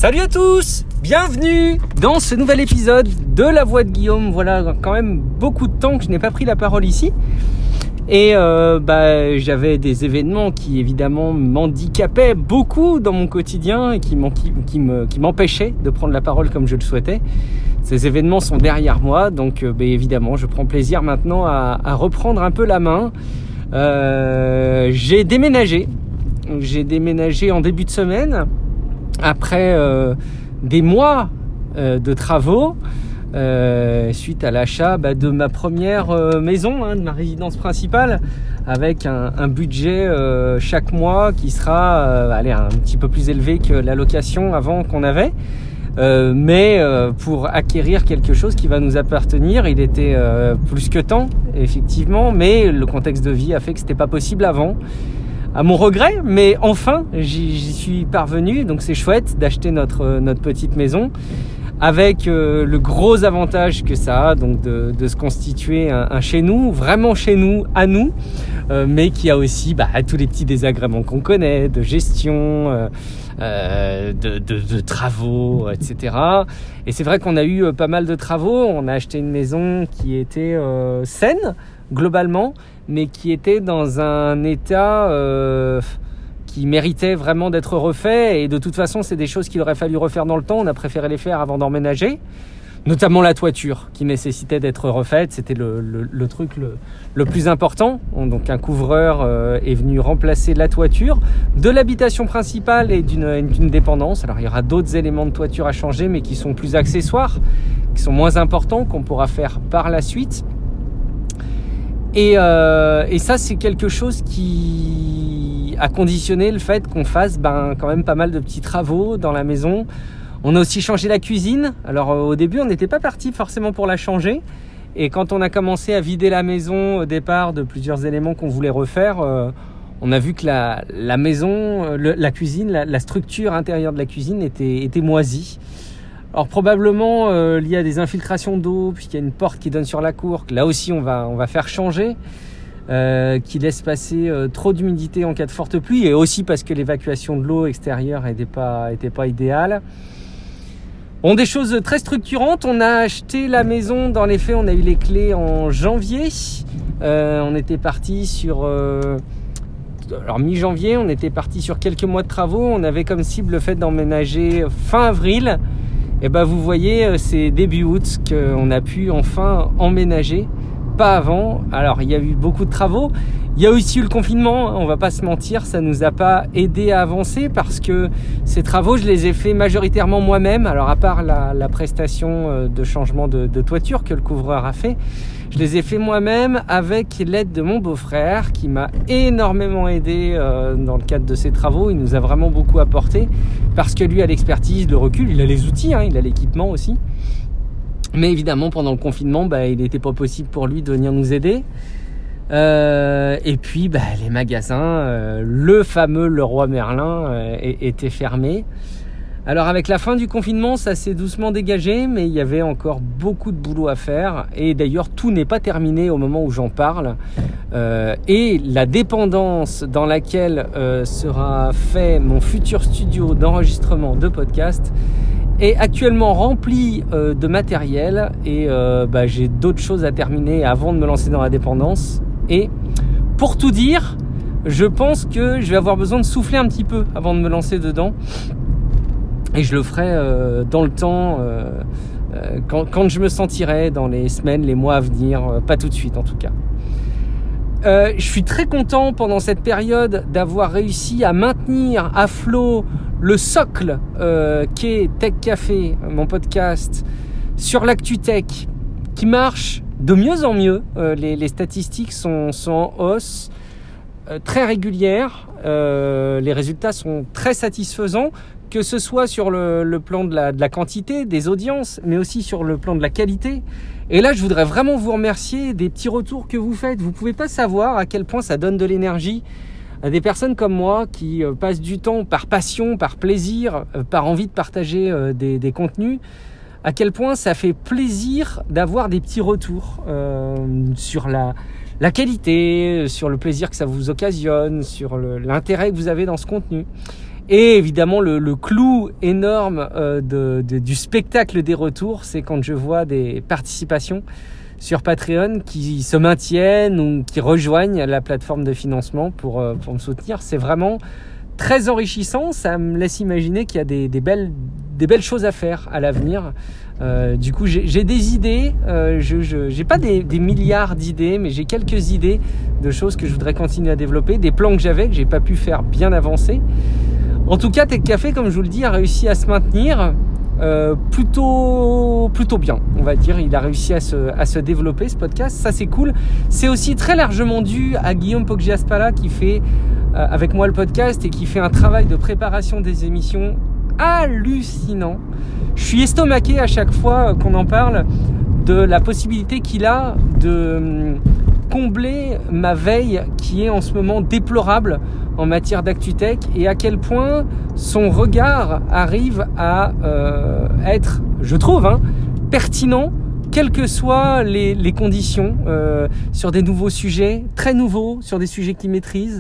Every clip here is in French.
Salut à tous, bienvenue dans ce nouvel épisode de La Voix de Guillaume. Voilà quand même beaucoup de temps que je n'ai pas pris la parole ici. Et j'avais des événements qui évidemment m'handicapaient beaucoup dans mon quotidien et qui m'empêchaient de prendre la parole comme je le souhaitais. Ces événements sont derrière moi, donc évidemment je prends plaisir maintenant à reprendre un peu la main. J'ai déménagé en début de semaine après des mois de travaux. Suite à l'achat de ma première maison, de ma résidence principale, avec un budget chaque mois qui sera un petit peu plus élevé que la location avant qu'on avait, mais pour acquérir quelque chose qui va nous appartenir, il était plus que temps effectivement, mais le contexte de vie a fait que c'était pas possible avant, à mon regret, mais enfin j'y suis parvenu, donc c'est chouette d'acheter notre petite maison. Avec le gros avantage que ça a, donc de se constituer un chez nous, vraiment chez nous, à nous, mais qui a aussi tous les petits désagréments qu'on connaît, de gestion, de travaux, etc. Et c'est vrai qu'on a eu pas mal de travaux. On a acheté une maison qui était saine, globalement, mais qui était dans un état qui méritait vraiment d'être refait, et de toute façon c'est des choses qu'il aurait fallu refaire dans le temps. On a préféré les faire avant d'emménager, notamment la toiture qui nécessitait d'être refaite. C'était le truc le plus important. Donc un couvreur est venu remplacer la toiture de l'habitation principale et d'une dépendance. Alors il y aura d'autres éléments de toiture à changer, mais qui sont plus accessoires, qui sont moins importants, qu'on pourra faire par la suite. Et ça c'est quelque chose qui a conditionné le fait qu'on fasse quand même pas mal de petits travaux dans la maison. On a aussi changé la cuisine. Alors au début on n'était pas parti forcément pour la changer, et quand on a commencé à vider la maison au départ de plusieurs éléments qu'on voulait refaire, on a vu que la maison, la cuisine, la structure intérieure de la cuisine était moisie. Alors probablement lié à des infiltrations d'eau, puisqu'il y a une porte qui donne sur la cour, que là aussi on va faire changer, qui laisse passer trop d'humidité en cas de forte pluie, et aussi parce que l'évacuation de l'eau extérieure était pas idéale. Bon, des choses très structurantes. On a acheté la maison, dans les faits on a eu les clés en janvier. On était parti sur mi-janvier, on était parti sur quelques mois de travaux. On avait comme cible le fait d'emménager fin avril. Et vous voyez, c'est début août qu'on a pu enfin emménager, pas avant. Alors il y a eu beaucoup de travaux, il y a aussi eu le confinement, on va pas se mentir, ça nous a pas aidé à avancer, parce que ces travaux je les ai fait majoritairement moi-même. Alors à part la prestation de changement de toiture que le couvreur a fait, je les ai fait moi-même avec l'aide de mon beau-frère, qui m'a énormément aidé dans le cadre de ces travaux. Il nous a vraiment beaucoup apporté, parce que lui a l'expertise, le recul, il a les outils, il a l'équipement aussi. Mais évidemment, pendant le confinement, il n'était pas possible pour lui de venir nous aider. Et puis, les magasins, le fameux Leroy Merlin, était fermé. Alors avec la fin du confinement, ça s'est doucement dégagé, mais il y avait encore beaucoup de boulot à faire. Et d'ailleurs, tout n'est pas terminé au moment où j'en parle. Et la dépendance dans laquelle sera fait mon futur studio d'enregistrement de podcast est actuellement remplie de matériel. Et j'ai d'autres choses à terminer avant de me lancer dans la dépendance. Et pour tout dire, je pense que je vais avoir besoin de souffler un petit peu avant de me lancer dedans. Et je le ferai dans le temps, quand je me sentirai, dans les semaines, les mois à venir, pas tout de suite en tout cas. Je suis très content pendant cette période d'avoir réussi à maintenir à flot le socle qu'est Tech Café, mon podcast, sur l'actu tech, qui marche de mieux en mieux. Les statistiques sont en hausse, très régulières. Les résultats sont très satisfaisants, que ce soit sur le plan de la quantité des audiences, mais aussi sur le plan de la qualité. Et là, je voudrais vraiment vous remercier des petits retours que vous faites. Vous pouvez pas savoir à quel point ça donne de l'énergie à des personnes comme moi qui passent du temps par passion, par plaisir, par envie de partager des contenus. À quel point ça fait plaisir d'avoir des petits retours sur la qualité, sur le plaisir que ça vous occasionne, sur l'intérêt que vous avez dans ce contenu. Et évidemment, le clou énorme du spectacle des retours, c'est quand je vois des participations sur Patreon qui se maintiennent ou qui rejoignent la plateforme de financement pour me soutenir. C'est vraiment très enrichissant. Ça me laisse imaginer qu'il y a des belles choses à faire à l'avenir. Du coup, j'ai des idées. J'ai pas des milliards d'idées, mais j'ai quelques idées de choses que je voudrais continuer à développer, des plans que j'ai pas pu faire bien avancer. En tout cas, Tech Café, comme je vous le dis, a réussi à se maintenir plutôt bien, on va dire. Il a réussi à se développer, ce podcast. Ça, c'est cool. C'est aussi très largement dû à Guillaume Poggiaspala qui fait avec moi le podcast et qui fait un travail de préparation des émissions hallucinant. Je suis estomaqué à chaque fois qu'on en parle de la possibilité qu'il a de combler ma veille qui est en ce moment déplorable en matière d'actu-tech et à quel point son regard arrive à être, je trouve, pertinent, quelles que soient les conditions, sur des nouveaux sujets, très nouveaux, sur des sujets qu'il maîtrise.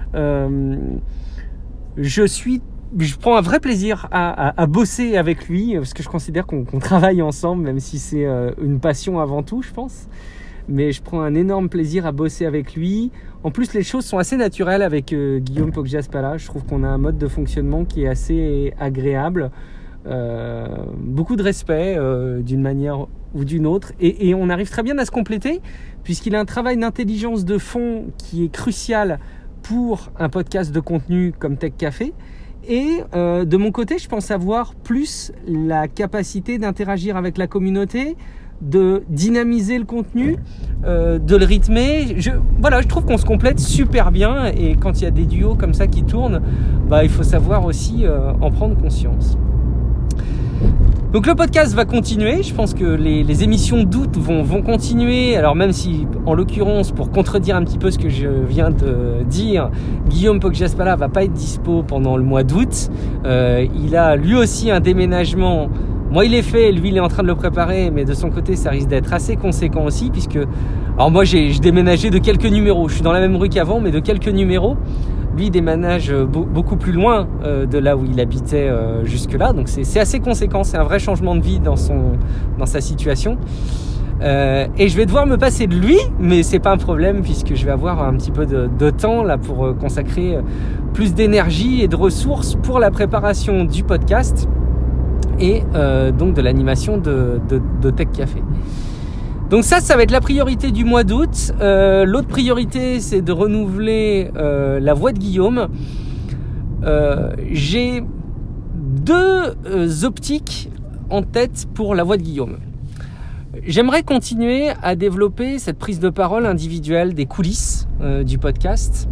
Je prends un vrai plaisir à bosser avec lui parce que je considère qu'on travaille ensemble, même si c'est une passion avant tout, je pense. Mais je prends un énorme plaisir à bosser avec lui. En plus, les choses sont assez naturelles avec Guillaume Poggiaspala. Je trouve qu'on a un mode de fonctionnement qui est assez agréable. Beaucoup de respect d'une manière ou d'une autre. Et on arrive très bien à se compléter puisqu'il a un travail d'intelligence de fond qui est crucial pour un podcast de contenu comme Tech Café. Et de mon côté, je pense avoir plus la capacité d'interagir avec la communauté, de dynamiser le contenu, de le rythmer. Je trouve qu'on se complète super bien et quand il y a des duos comme ça qui tournent, il faut savoir aussi en prendre conscience. Donc le podcast va continuer, je pense que les émissions d'août vont continuer, alors même si en l'occurrence, pour contredire un petit peu ce que je viens de dire, Guillaume Poggiaspala va pas être dispo pendant le mois d'août. Il a lui aussi un déménagement. Moi, il est fait, lui, il est en train de le préparer, mais de son côté, ça risque d'être assez conséquent aussi, puisque... Alors moi, j'ai déménagé de quelques numéros. Je suis dans la même rue qu'avant, mais de quelques numéros. Lui, il déménage beaucoup plus loin de là où il habitait jusque-là. Donc, c'est assez conséquent. C'est un vrai changement de vie dans sa situation. Et je vais devoir me passer de lui, mais c'est pas un problème, puisque je vais avoir un petit peu de temps là pour consacrer plus d'énergie et de ressources pour la préparation du podcast. Et donc de l'animation de Tech Café. Donc ça va être la priorité du mois d'août. L'autre priorité, c'est de renouveler la voix de Guillaume. J'ai deux optiques en tête pour la voix de Guillaume. J'aimerais continuer à développer cette prise de parole individuelle des coulisses du podcast.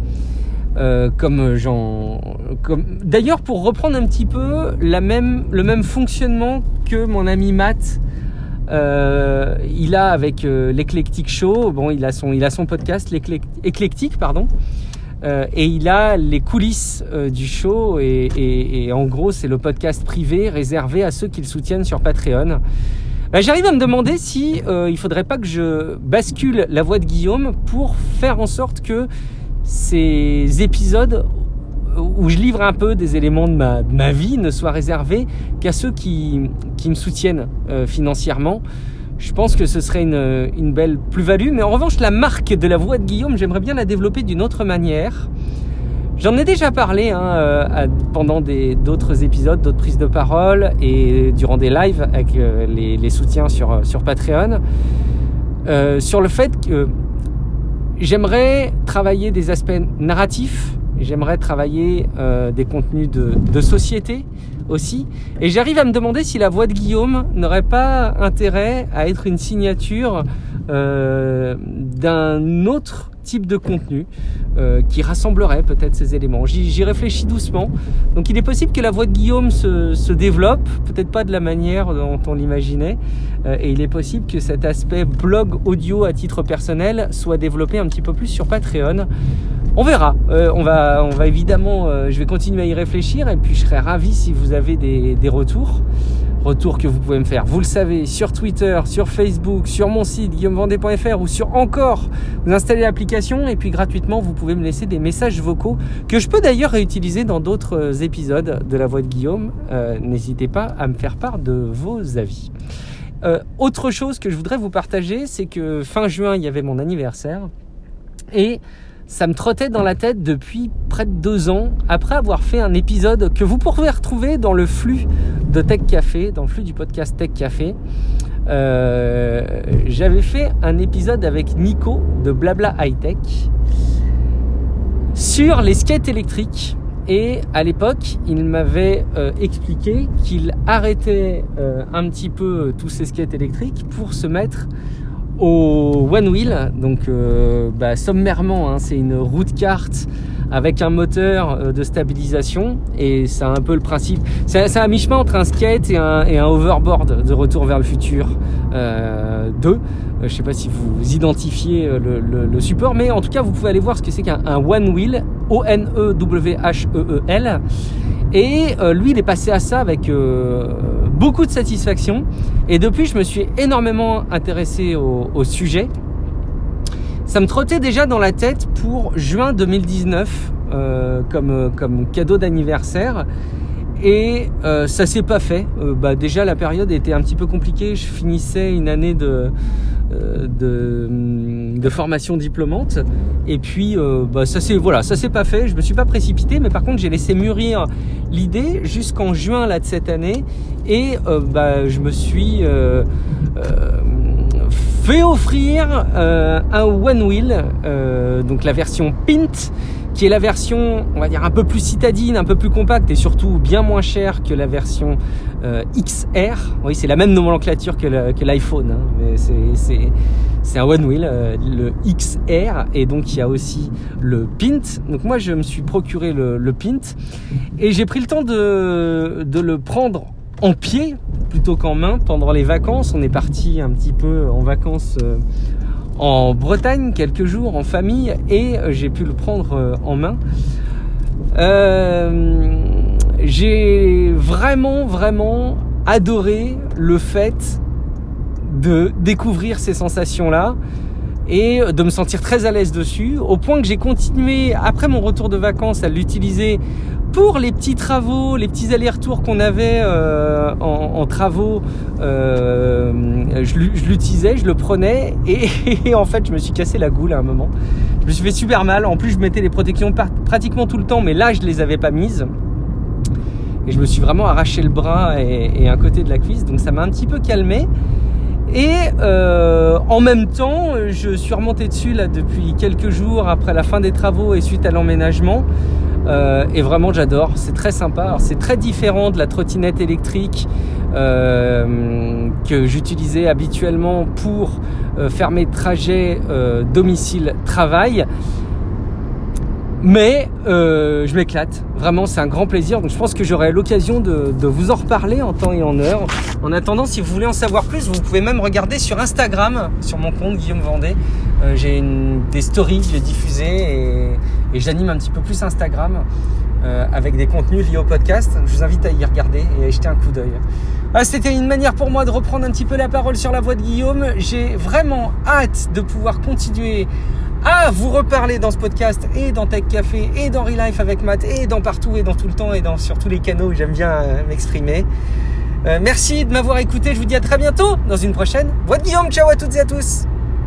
D'ailleurs, pour reprendre un petit peu le même fonctionnement que mon ami Matt, il a avec l'Eclectic Show. Bon, il a son podcast, Eclectic, pardon, et il a les coulisses du show et en gros, c'est le podcast privé réservé à ceux qui le soutiennent sur Patreon. J'arrive à me demander si il faudrait pas que je bascule la voix de Guillaume pour faire en sorte que ces épisodes où je livre un peu des éléments de ma vie ne soient réservés qu'à ceux qui me soutiennent financièrement. Je pense que ce serait une belle plus-value. Mais en revanche, la marque de la voix de Guillaume, j'aimerais bien la développer d'une autre manière. J'en ai déjà parlé pendant d'autres épisodes, d'autres prises de parole et durant des lives avec les soutiens sur Patreon, sur le fait que j'aimerais travailler des aspects narratifs, j'aimerais travailler des contenus de société aussi. Et j'arrive à me demander si la voix de Guillaume n'aurait pas intérêt à être une signature d'un autre type de contenu qui rassemblerait peut-être ces éléments. J'y réfléchis doucement. Donc il est possible que la voix de Guillaume se développe, peut-être pas de la manière dont on l'imaginait, et il est possible que cet aspect blog audio à titre personnel soit développé un petit peu plus sur Patreon. On verra. On va évidemment, je vais continuer à y réfléchir et puis je serai ravi si vous avez des retours. retours que vous pouvez me faire. Vous le savez, sur Twitter, sur Facebook, sur mon site guillaumevendée.fr ou sur Encore, vous installez l'application et puis gratuitement, vous pouvez me laisser des messages vocaux que je peux d'ailleurs réutiliser dans d'autres épisodes de La Voix de Guillaume. N'hésitez pas à me faire part de vos avis. Autre chose que je voudrais vous partager, c'est que fin juin, il y avait mon anniversaire et ça me trottait dans la tête depuis près de 2 ans, après avoir fait un épisode que vous pourrez retrouver dans le flux de Tech Café, dans le flux du podcast Tech Café. J'avais fait un épisode avec Nico de Blabla High Tech sur les skates électriques. Et à l'époque, il m'avait expliqué qu'il arrêtait un petit peu tous ces skates électriques pour se mettre au One Wheel, donc sommairement, c'est une roue de kart avec un moteur de stabilisation et c'est un peu le principe. C'est à mi-chemin entre un skate et un overboard de Retour vers le futur 2. Je sais pas si vous identifiez le support, mais en tout cas vous pouvez aller voir ce que c'est qu'un One Wheel, ONEWHEEL. Et lui, il est passé à ça avec beaucoup de satisfaction. Et depuis, je me suis énormément intéressé au sujet. Ça me trottait déjà dans la tête pour juin 2019 comme cadeau d'anniversaire. Et ça s'est pas fait. Déjà, la période était un petit peu compliquée. Je finissais une année de formation diplômante et puis ça s'est pas fait. Je me suis pas précipité, mais par contre j'ai laissé mûrir l'idée jusqu'en juin là de cette année et je me suis fait offrir un One Wheel, donc la version Pint, qui est la version, on va dire, un peu plus citadine, un peu plus compacte et surtout bien moins chère que la version XR. Oui, c'est la même nomenclature que l'iPhone, mais c'est un One Wheel, le XR, et donc il y a aussi le Pint. Donc moi, je me suis procuré le Pint et j'ai pris le temps de le prendre en pied plutôt qu'en main pendant les vacances. On est parti un petit peu en vacances en Bretagne, quelques jours en famille, et j'ai pu le prendre en main. J'ai vraiment adoré le fait de découvrir ces sensations-là et de me sentir très à l'aise dessus, au point que j'ai continué, après mon retour de vacances, à l'utiliser pour les petits travaux, les petits allers-retours qu'on avait en travaux. Je l'utilisais, je le prenais et en fait je me suis cassé la goule à un moment. Je me suis fait super mal. En plus je mettais les protections pratiquement tout le temps, mais là je les avais pas mises et je me suis vraiment arraché le bras et un côté de la cuisse, donc ça m'a un petit peu calmé. Et en même temps, je suis remonté dessus là depuis quelques jours après la fin des travaux et suite à l'emménagement. Et vraiment j'adore, c'est très sympa. Alors, c'est très différent de la trottinette électrique que j'utilisais habituellement pour faire mes trajets domicile-travail. Mais je m'éclate, vraiment c'est un grand plaisir, donc je pense que j'aurai l'occasion de vous en reparler en temps et en heure. En attendant, si vous voulez en savoir plus, vous pouvez même regarder sur Instagram, sur mon compte Guillaume Vendée. J'ai des stories que j'ai diffusées et j'anime un petit peu plus Instagram avec des contenus liés au podcast. Je vous invite à y regarder et à y jeter un coup d'œil. C'était une manière pour moi de reprendre un petit peu la parole sur La Voix de Guillaume. J'ai vraiment hâte de pouvoir continuer à vous reparler dans ce podcast et dans Tech Café et dans Relife avec Matt et dans partout et dans tout le temps et sur tous les canaux où j'aime bien m'exprimer. Merci de m'avoir écouté. Je vous dis à très bientôt dans une prochaine Voix de Guillaume. Ciao à toutes et à tous.